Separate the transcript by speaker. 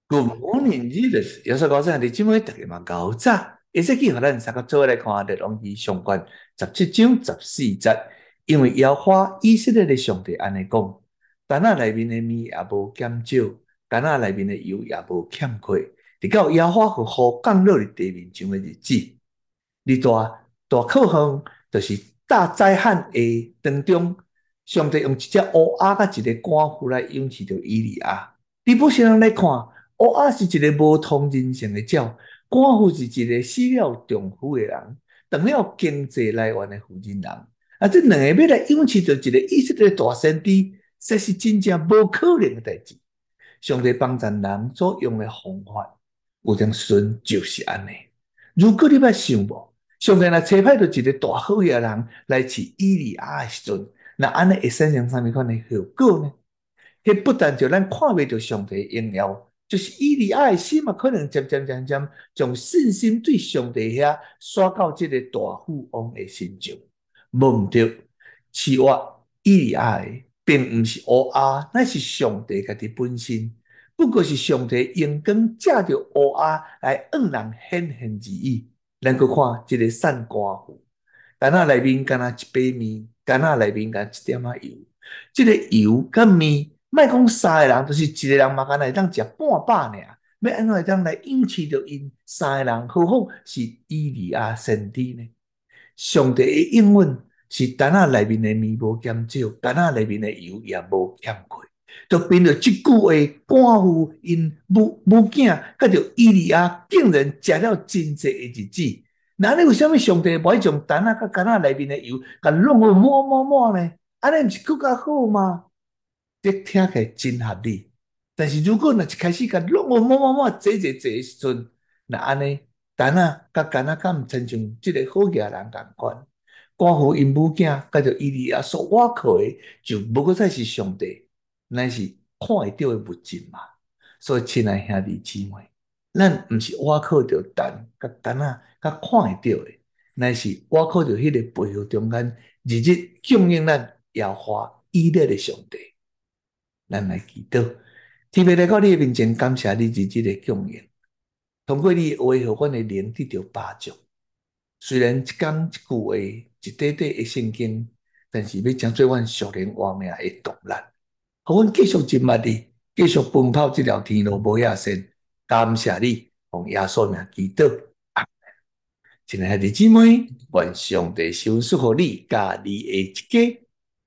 Speaker 1: Good morning, Jesus。有说高声，你姊妹大家嘛搞早。一说起互咱三个做来看列王记上卷17章14节，因为耶和华以色列的上帝安尼讲：坛仔内面的面也无减少，坛仔内面的油也无欠缺，直到耶和华予雨降落伫地面上的日子。你大靠项就是大灾害的当中，上帝用一只乌鸦甲一个官夫来应许着以利亚。你不是人来看，乌鸦是一个无通人性的鸟，官夫是一个死了丈夫的人，当了经济来源的负责人。啊，这两个要来应许着一个以色列大先知，这是真正无可能的代志。上帝帮助人所用的方法，有种顺就是安尼。如果你捌想无，上帝若差派着一个大好嘅人来饲以利亚的时阵，那安尼会产生什么款的效果呢？迄不但就咱看袂到上帝的荣耀，就是以利亚的心嘛，可能渐渐将信心对上帝遐刷到这个大富翁的身上。无毋对，饲活以利亚的，并毋是乌鸦，乃是上帝家己本身。不过是上帝用光借着乌鸦来让人显现之意。咱去看这个散官户，干那内面干那一杯面，干那内面干一点仔油。这个油甲面，莫讲三个人，就是一个人嘛，干那会当食半饱尔。要安怎会当来应许着因三个人，何况是以利亚先知呢？上帝的应允是坛仔内面的面无减少，坛仔内面的油也无欠缺。就凭着这句话，官府因母囝，甲着以利亚竟然食了真济的日子。那你为什么上帝不爱将坛仔甲坛仔内面的油，甲弄个满呢？安尼毋是更加好吗？这听起来真合理。但是如果若一开始甲弄个满，坐的时阵，那安尼，坛仔甲坛仔敢毋亲像即个好嘢人共款？官府因母囝，甲着伊利亚所挖靠的，就无过再是上帝，乃是看会到的物质嘛。所以，亲爱兄弟姊妹，咱毋是挖靠着坛甲坛仔甲看会到的，乃是挖靠着迄个背后中间日日供应咱耶和华以色列的上帝。咱来祈祷，天父来到你的面前，感谢你日日的供应，通过你的话，互阮的灵得到帮助。虽然一讲一句话，一短的圣经，但是要将做阮属灵活命的动力，互阮继续尽力继续奔跑这条天路无亚线。感谢你，用耶稣名祈祷。亲爱的姊妹，愿上帝收赐予你，甲你的一家。